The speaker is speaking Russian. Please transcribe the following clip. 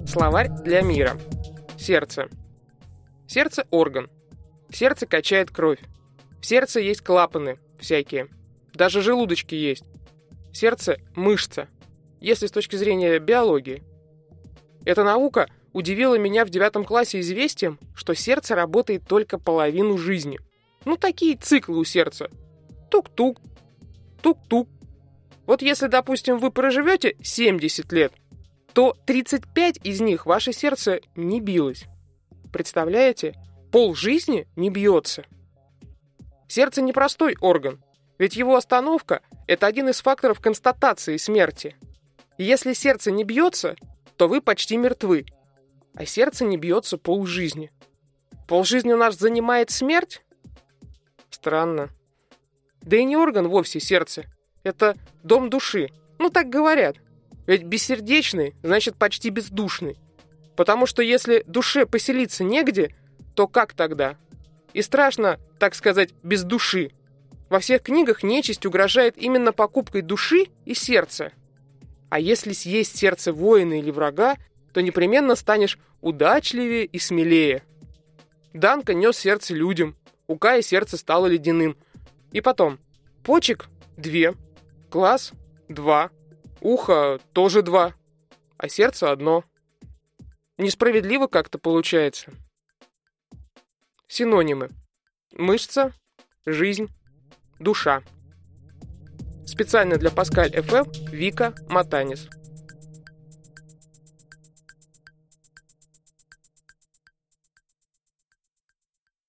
Словарь для мира. Сердце. Сердце – орган. В сердце качает кровь. В сердце есть клапаны всякие. Даже желудочки есть. Сердце – мышца, если с точки зрения биологии. Эта наука удивила меня в 9 классе известием, что сердце работает только половину жизни. Такие циклы у сердца. Тук-тук, тук-тук. Вот если, допустим, вы проживете 70 лет, то 35 из них ваше сердце не билось. Представляете? Полжизни не бьется. Сердце непростой орган, ведь его остановка – это один из факторов констатации смерти. И если сердце не бьется, то вы почти мертвы, а сердце не бьется полжизни. Полжизни у нас занимает смерть? Странно. Да и не орган вовсе сердце. Это дом души. Так говорят. Ведь бессердечный значит почти бездушный. Потому что если душе поселиться негде, то как тогда? И страшно, так сказать, без души. Во всех книгах нечисть угрожает именно покупкой души и сердца. А если съесть сердце воина или врага, то непременно станешь удачливее и смелее. Данка нес сердце людям, у Кая сердце стало ледяным. И потом, почек 2, глаз 2, ухо тоже 2, а сердце 1. Несправедливо как-то получается. Синонимы. Мышца, жизнь, душа. Специально для Паскаль ФМ Вика Матанис.